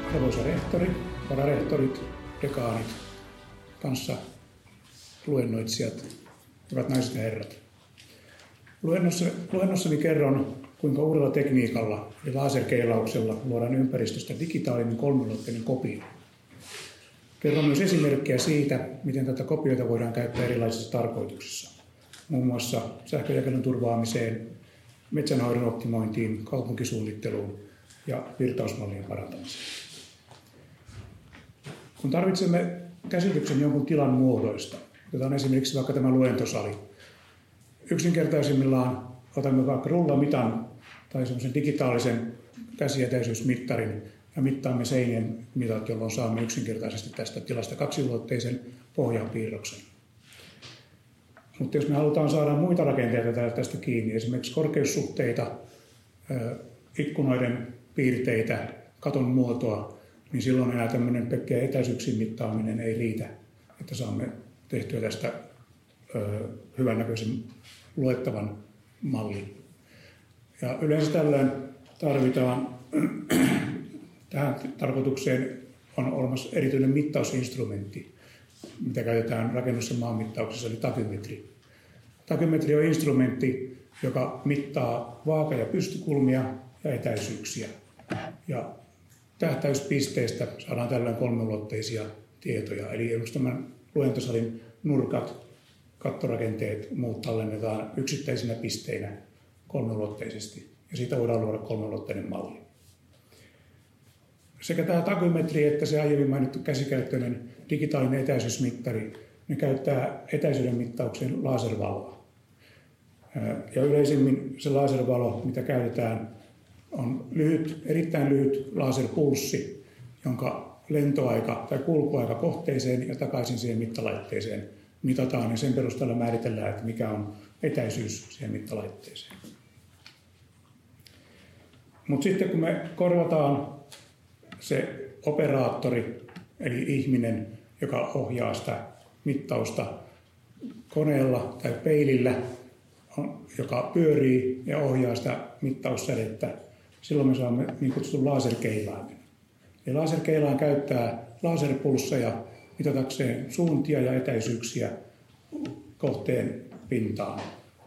arvoisa rehtori, vararehtorit, dekaanit, kanssa luennoitsijat, hyvät naiset ja herrat. Luennossani kerron, kuinka uudella tekniikalla ja laserkeilauksella luodaan ympäristöstä digitaalinen kolmiulotteinen kopio. Kerron myös esimerkkejä siitä, miten tätä kopiota voidaan käyttää erilaisissa tarkoituksissa, muun muassa sähköjakelun turvaamiseen, metsänhoidon optimointiin, kaupunkisuunnitteluun ja virtausmallien parantamiseen. Kun tarvitsemme käsityksen jonkun tilan muodoista, otetaan esimerkiksi vaikka tämä luentosali. Yksinkertaisimmillaan otamme vaikka rullamitan tai semmoisen digitaalisen käsietäisyysmittarin ja mittaamme seinien mitat, jolloin saamme yksinkertaisesti tästä tilasta kaksiulotteisen pohjapiirroksen. Mutta jos me halutaan saada muita rakenteita tästä kiinni, esimerkiksi korkeussuhteita, ikkunoiden piirteitä, katon muotoa, niin silloin enää tämmöinen pelkkä etäisyyksien mittaaminen ei riitä, että saamme tehtyä tästä hyvännäköisen luettavan mallin. Ja yleensä tällöin tarvitaan, tähän tarkoitukseen on olemassa erityinen mittausinstrumentti, mitä käytetään rakennus- ja maanmittauksessa, eli takymetri. Takymetri on instrumentti, joka mittaa vaaka- ja pystykulmia ja etäisyyksiä. Ja tähtäyspisteistä saadaan tällöin kolmiulotteisia tietoja. Eli esimerkiksi tämän luentosalin nurkat, kattorakenteet, muut tallennetaan yksittäisinä pisteinä kolmiulotteisesti. Ja siitä voidaan luoda kolmiulotteinen malli. Sekä tämä takymetri että se aiemmin mainittu käsikäyttöinen digitaalinen etäisyysmittari, ne käyttää etäisyyden mittaukseen laservaloa. Ja yleisimmin se laservalo, mitä käytetään, on erittäin lyhyt laserpulssi, jonka lentoaika tai kulkuaika kohteeseen ja takaisin siihen mittalaitteeseen mitataan ja sen perusteella määritellään, että mikä on etäisyys siihen mittalaitteeseen. Mutta sitten kun me korvataan se operaattori, eli ihminen, joka ohjaa sitä mittausta koneella tai peilillä, joka pyörii ja ohjaa sitä mittaussädettä, silloin me saamme niin kutsutun laserkeilaimen. Ja laserkeilain käyttää laserpulsseja mitatakseen suuntia ja etäisyyksiä kohteen pintaan.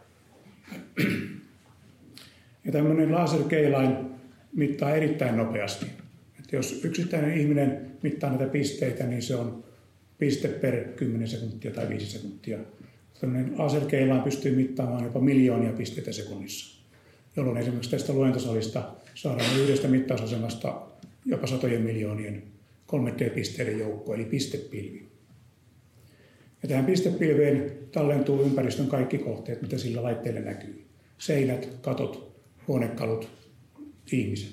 Ja tämmöinen laserkeilain mittaa erittäin nopeasti. Että jos yksittäinen ihminen mittaa näitä pisteitä, niin se on piste per 10 sekuntia tai 5 sekuntia. Tämmöinen laserkeilain pystyy mittaamaan jopa miljoonia pisteitä sekunnissa, jolloin esimerkiksi tästä luentosalista saadaan yhdestä mittausasemasta jopa satojen miljoonien 3D-pisteiden joukko, eli pistepilvi. Ja tähän pistepilveen tallentuu ympäristön kaikki kohteet, mitä sillä laitteella näkyy. Seinät, katot, huonekalut, ihmiset.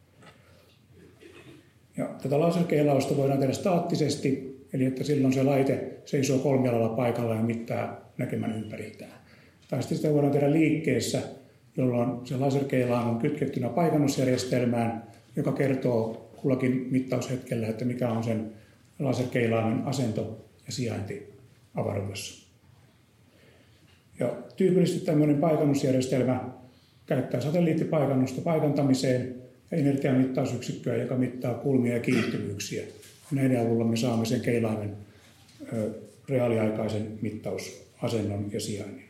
Ja tätä laserkeilausta voidaan tehdä staattisesti, eli että silloin se laite seisoo kolmialalla paikalla ja mittaa näkemän ympäriltään. Tai sitten sitä voidaan tehdä liikkeessä, jolloin se laserkeilain on kytkettynä paikannusjärjestelmään, joka kertoo kullakin mittaushetkellä, että mikä on sen laserkeilaimen asento ja sijainti avaruudessa. Ja tyypillisesti tämmöinen paikannusjärjestelmä käyttää satelliittipaikannusta paikantamiseen ja inertiamittausyksikköä, joka mittaa kulmia ja kiihtyvyyksiä. Näiden avulla me saamme sen keilaimen reaaliaikaisen mittausasennon ja sijainnin.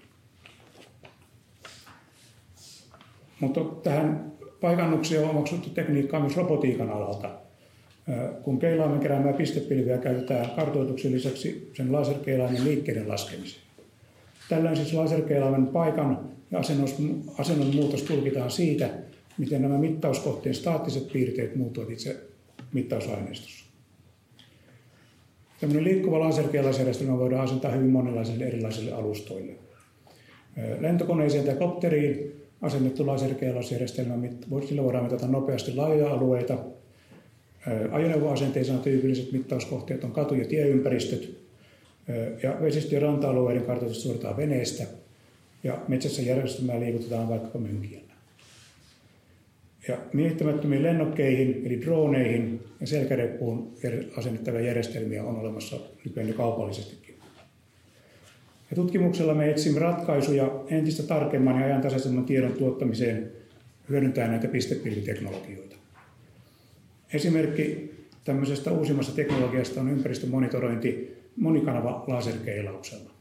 Mutta tähän paikannukseen on omaksuttu tekniikkaa myös robotiikan alalta. Kun keilaimen keräämää pistepilviä käytetään kartoituksen lisäksi sen laserkeilaimen liikkeiden laskemiseen. Tällöin siis laserkeilaimen paikan ja asennon muutos tulkitaan siitä, miten nämä mittauskohteen staattiset piirteet muuttuvat itse mittausaineistossa. Tällainen liikkuva laserkeilaisjärjestelmä voidaan asentaa hyvin monenlaisille erilaisille alustoille. Lentokoneeseen tai kopteriin asennettu laserkeilausjärjestelmä, sillä voidaan mitata nopeasti laajoja alueita. Ajoneuvoasenteisena tyypilliset mittauskohteet on katu- ja tieympäristöt. Ja vesistö- ja ranta-alueiden kartoitus suoritetaan veneestä. Ja metsässä järjestelmää liikutetaan vaikkapa mönkijällä. Ja miehittämättömiin lennokkeihin, eli droneihin ja selkäreppuun asennettavia järjestelmiä on olemassa nykyään jo kaupallisestikin. Ja tutkimuksella me etsimme ratkaisuja entistä tarkemman ja ajantasaisemman tiedon tuottamiseen hyödyntäen näitä pistepilviteknologioita. Esimerkki tämmöisestä uusimmasta teknologiasta on ympäristömonitorointi monikanava laserkeilauksella.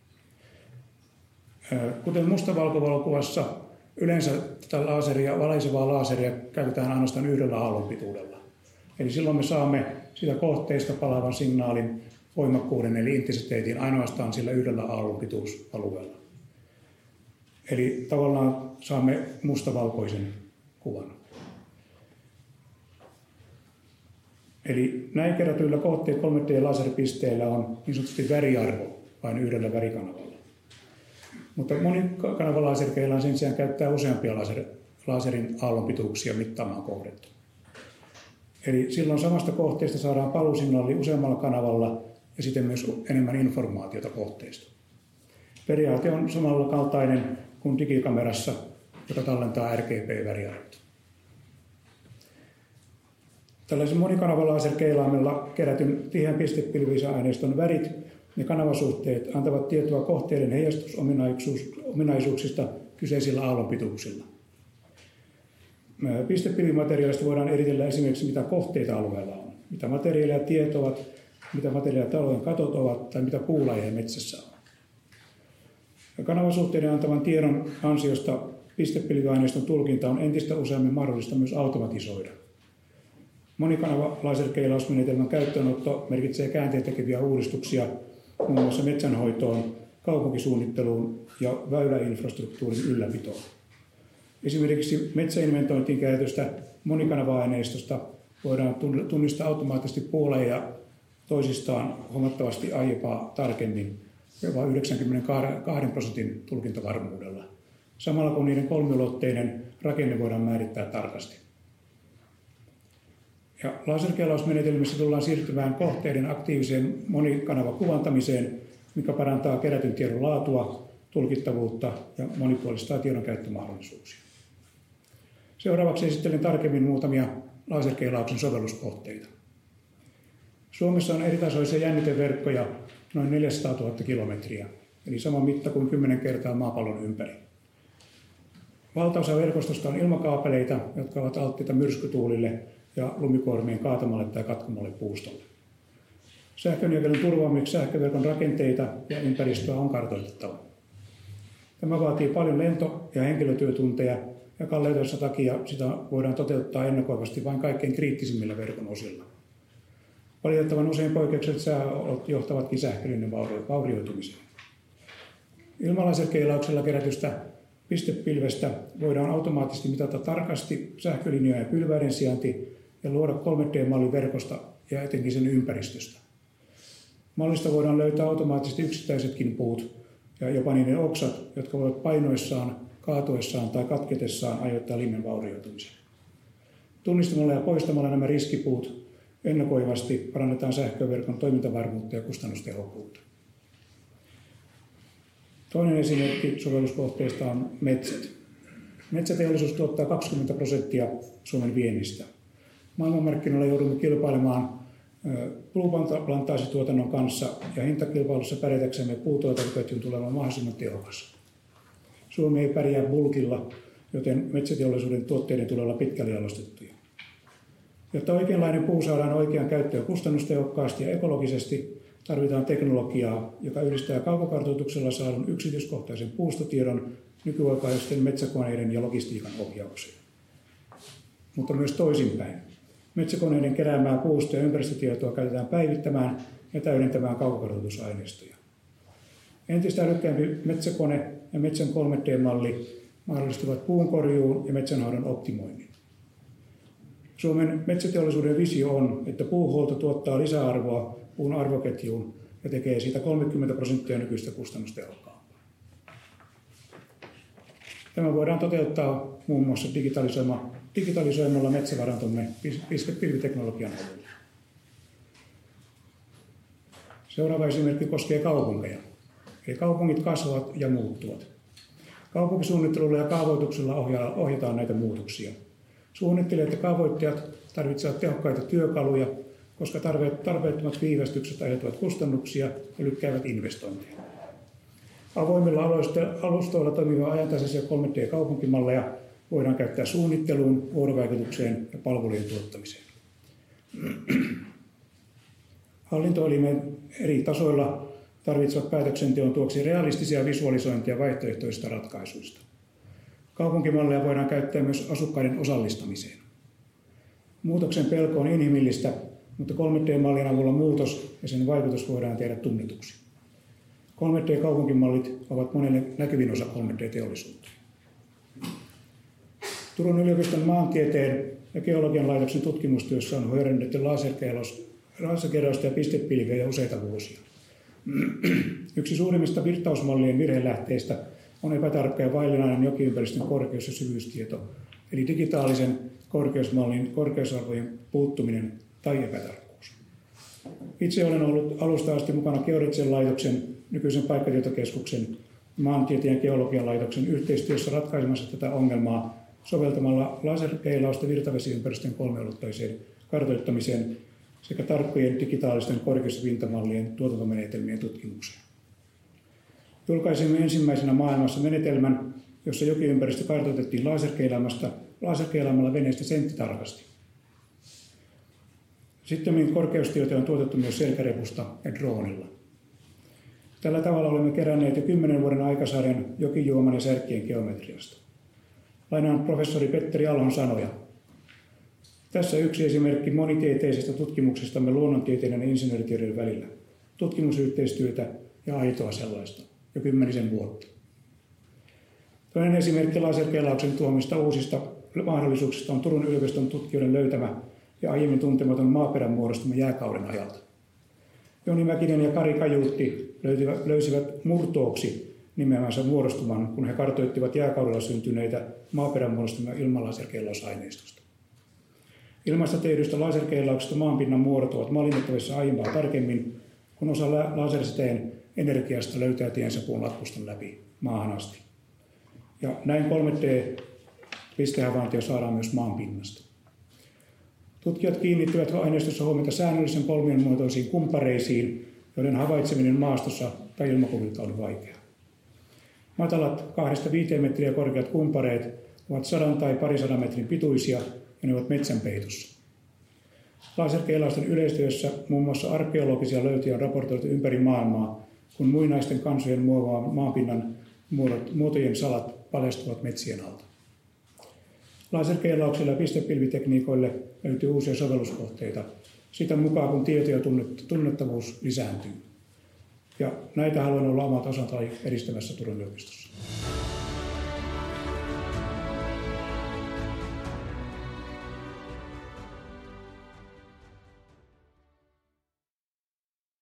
Kuten mustavalkovalokuvassa, yleensä tätä valaisevaa laseria käytetään ainoastaan yhdellä aallonpituudella. Eli silloin me saamme sitä kohteesta palaavan signaalin voimakkuuden eli intensiteetin ainoastaan sillä yhdellä aallonpituusalueella. Eli tavallaan saamme mustavalkoisen kuvan. Eli näin kerätyillä kohteet 3D-laserpisteillä on niin sanotusti väriarvo vain yhdellä värikanavalla. Mutta monikanavalaserkeillaan sen sijaan käyttää useampia laserin aallonpituuksia mittaamaan kohdetta. Eli silloin samasta kohteesta saadaan paluusignaali useammalla kanavalla ja siten myös enemmän informaatiota kohteesta. Periaate on samalla kaltainen kuin digikamerassa, joka tallentaa RGB-väriarvot. Tällaisen monikanavalaserkeilaimella kerätyn tiheän pistepilviaineiston värit ja kanavasuhteet antavat tietoa kohteiden heijastusominaisuuksista kyseisillä aallonpituuksilla. Pistepilvimateriaalista voidaan eritellä esimerkiksi mitä kohteita alueella on, mitä materiaaleja tiet ovat, mitä materiaaleja talojen katot ovat tai mitä puulajeja metsässä on. Kanavasuhteiden antavan tiedon ansiosta pistepilviaineiston tulkinta on entistä useammin mahdollista myös automatisoida. Monikanavalaserkeilausmenetelmän käyttöönotto merkitsee käänteentekeviä uudistuksia muun muassa metsänhoitoon, kaupunkisuunnitteluun ja väyläinfrastruktuurin ylläpitoon. Esimerkiksi metsäinventointiin käytöstä monikanava-aineistosta voidaan tunnistaa automaattisesti puulajeja toisistaan huomattavasti aiempaa tarkemmin, jopa 92% tulkintavarmuudella, samalla kun niiden kolmiulotteinen rakenne voidaan määrittää tarkasti. Ja laserkeilausmenetelmissä tullaan siirtymään kohteiden aktiiviseen monikanavakuvantamiseen, mikä parantaa kerätyn tiedon laatua, tulkittavuutta ja monipuolistaa tiedon käyttömahdollisuuksia. Seuraavaksi esittelen tarkemmin muutamia laserkeilauksen sovelluskohteita. Suomessa on eritasoisia jänniteverkkoja noin 400 000 kilometriä, eli sama mitta kuin 10 kertaa maapallon ympäri. Valtaosa verkostosta on ilmakaapeleita, jotka ovat alttiita myrskytuulille ja lumikuormien kaatamalle tai katkomalle puustolle. Sähkönjakelun turvaamiseksi sähköverkon rakenteita ja ympäristöä on kartoitettava. Tämä vaatii paljon lento- ja henkilötyötunteja, ja kalleutensa takia sitä voidaan toteuttaa ennakoivasti vain kaikkein kriittisimmillä verkon osilla. Valitettavan usein poikkeukset sääolot johtavatkin sähkölinjan vaurioitumiseen. Ilmalaserkeilauksella kerätystä pistepilvestä voidaan automaattisesti mitata tarkasti sähkölinjojen ja pylväiden sijainti ja luoda 3D-malli verkosta ja etenkin sen ympäristöstä. Mallista voidaan löytää automaattisesti yksittäisetkin puut ja jopa niiden oksat, jotka voivat painoissaan, kaatuessaan tai katketessaan aiheuttaa linjan vaurioitumisen. Tunnistamalla ja poistamalla nämä riskipuut ennakoivasti parannetaan sähköverkon toimintavarmuutta ja kustannustehokkuutta. Toinen esimerkki sovelluskohteesta on metsät. Metsäteollisuus tuottaa 20% Suomen viennistä. Maailmanmarkkinoilla joudumme kilpailemaan puuplantaasituotannon kanssa ja hintakilpailussa pärjätäksemme puutuotantoketjun tulemaan mahdollisimman tehokas. Suomi ei pärjää bulkilla, joten metsäteollisuuden tuotteiden tulee olla pitkälle jalostettuja. Jotta oikeanlainen puu saadaan oikeaan käyttöön kustannustehokkaasti ja ekologisesti, tarvitaan teknologiaa, joka yhdistää kaukokartoituksella saadun yksityiskohtaisen puustotiedon nykyaikaisten metsäkoneiden ja logistiikan ohjaukseen. Mutta myös toisinpäin. Metsäkoneiden keräämää puusto- ja ympäristötietoa käytetään päivittämään ja täydentämään kaukokartoitusaineistoja. Entistä älykkäämpi metsäkone ja metsän 3D-malli mahdollistavat puunkorjuun ja metsänhoidon optimoinnin. Suomen metsäteollisuuden visio on, että puuhuolto tuottaa lisäarvoa puun arvoketjuun ja tekee siitä 30% nykyistä kustannustehokkaampaa. Tämä voidaan toteuttaa muun muassa digitalisoimalla metsävarantomme pilviteknologian avulla. Seuraava esimerkki koskee kaupunkeja. Eli kaupungit kasvavat ja muuttuvat. Kaupunkisuunnittelulla ja kaavoituksella ohjataan näitä muutoksia. Suunnittelijat ja kaavoittajat tarvitsevat tehokkaita työkaluja, koska tarpeettomat viivästykset aiheuttavat kustannuksia ja lykkäävät investointeja. Avoimilla alustoilla toimivia ajantasaisia 3D-kaupunkimalleja voidaan käyttää suunnitteluun, vuorovaikutukseen ja palvelujen tuottamiseen. Hallintoelimen eri tasoilla tarvitsevat päätöksenteon tuoksi realistisia visualisointia vaihtoehtoisista ratkaisuista. Kaupunkimalleja voidaan käyttää myös asukkaiden osallistamiseen. Muutoksen pelko on inhimillistä, mutta 3D-mallin avulla muutos ja sen vaikutus voidaan tehdä tunnetuksi. 3D-kaupunkimallit ovat monelle näkyvin osa 3D-teollisuutta. Turun yliopiston maantieteen ja geologian laitoksen tutkimustyössä on hyödynnetty laserkeräystä ja pistepilviä jo useita vuosia. Yksi suurimmista virtausmallien virhelähteistä on epätarkka ja vaillinainen jokiympäristön korkeus- ja syvyystieto, eli digitaalisen korkeusmallin korkeusarvojen puuttuminen tai epätarkkuus. Itse olen ollut alusta asti mukana Geodetsen laitoksen, nykyisen paikkatietokeskuksen, maantieteen ja geologian laitoksen yhteistyössä ratkaisemassa tätä ongelmaa soveltamalla laserkeilausta virtavesiympäristön kolmiulotteiseen kartoittamiseen sekä tarkkojen digitaalisten korkeus- ja pintamallien tuotantomenetelmien tutkimukseen. Julkaisimme ensimmäisenä maailmassa menetelmän, jossa jokiympäristö kartoitettiin laserkeilaamalla veneestä senttitarkasti. Sittemmin korkeustietoja on tuotettu myös selkärepusta ja droonilla. Tällä tavalla olemme keränneet jo 10 vuoden aikasarjan jokijuoman ja särkkien geometriasta. Lainaan professori Petteri Alhon sanoja. Tässä yksi esimerkki monitieteisestä tutkimuksestamme luonnontieteiden ja insinööritieteiden välillä. Tutkimusyhteistyötä ja aitoa sellaista, jo 10 vuotta. Toinen esimerkki laserkeilauksen tuomista uusista mahdollisuuksista on Turun yliopiston tutkijoiden löytämä ja aiemmin tuntematon maaperän muodostama jääkauden ajalta. Joni Mäkinen ja Kari Kajuutti löysivät murtooksi nimeämänsä muodostuman, kun he kartoittivat jääkaudella syntyneitä maaperän muodostamia ilmanlaserkeilausaineistosta. Ilmasta tehdystä laserkeilauksesta maanpinnan muodot ovat mallinnettavissa aiempaa tarkemmin, kun osa lasersiteen energiasta löytää tiensä puun latvuston läpi maahan asti. Ja näin 3D-pistehavaintoja saadaan myös maanpinnasta. Tutkijat kiinnittivät aineistossa huomiota säännöllisen polvien muotoisiin kumpareisiin, joiden havaitseminen maastossa tai ilmakuvilta on vaikeaa. Matalat 2-5 metriä korkeat kumpareet ovat 100 tai parisadan metrin pituisia ja ne ovat metsän peitossa. Laserkeilausten yleistyössä muun muassa arkeologisia löytöjä on raportoitu ympäri maailmaa, kun muinaisten kansojen muovaaman maanpinnan muotojen salat paljastuvat metsien alta. Laserkeilauksilla ja pistepilvitekniikoille löytyy uusia sovelluskohteita sitä mukaan, kun tieto ja tunnettavuus lisääntyy. Ja näitä haluan olla omalta osaltani edistämässä Turun yliopistossa.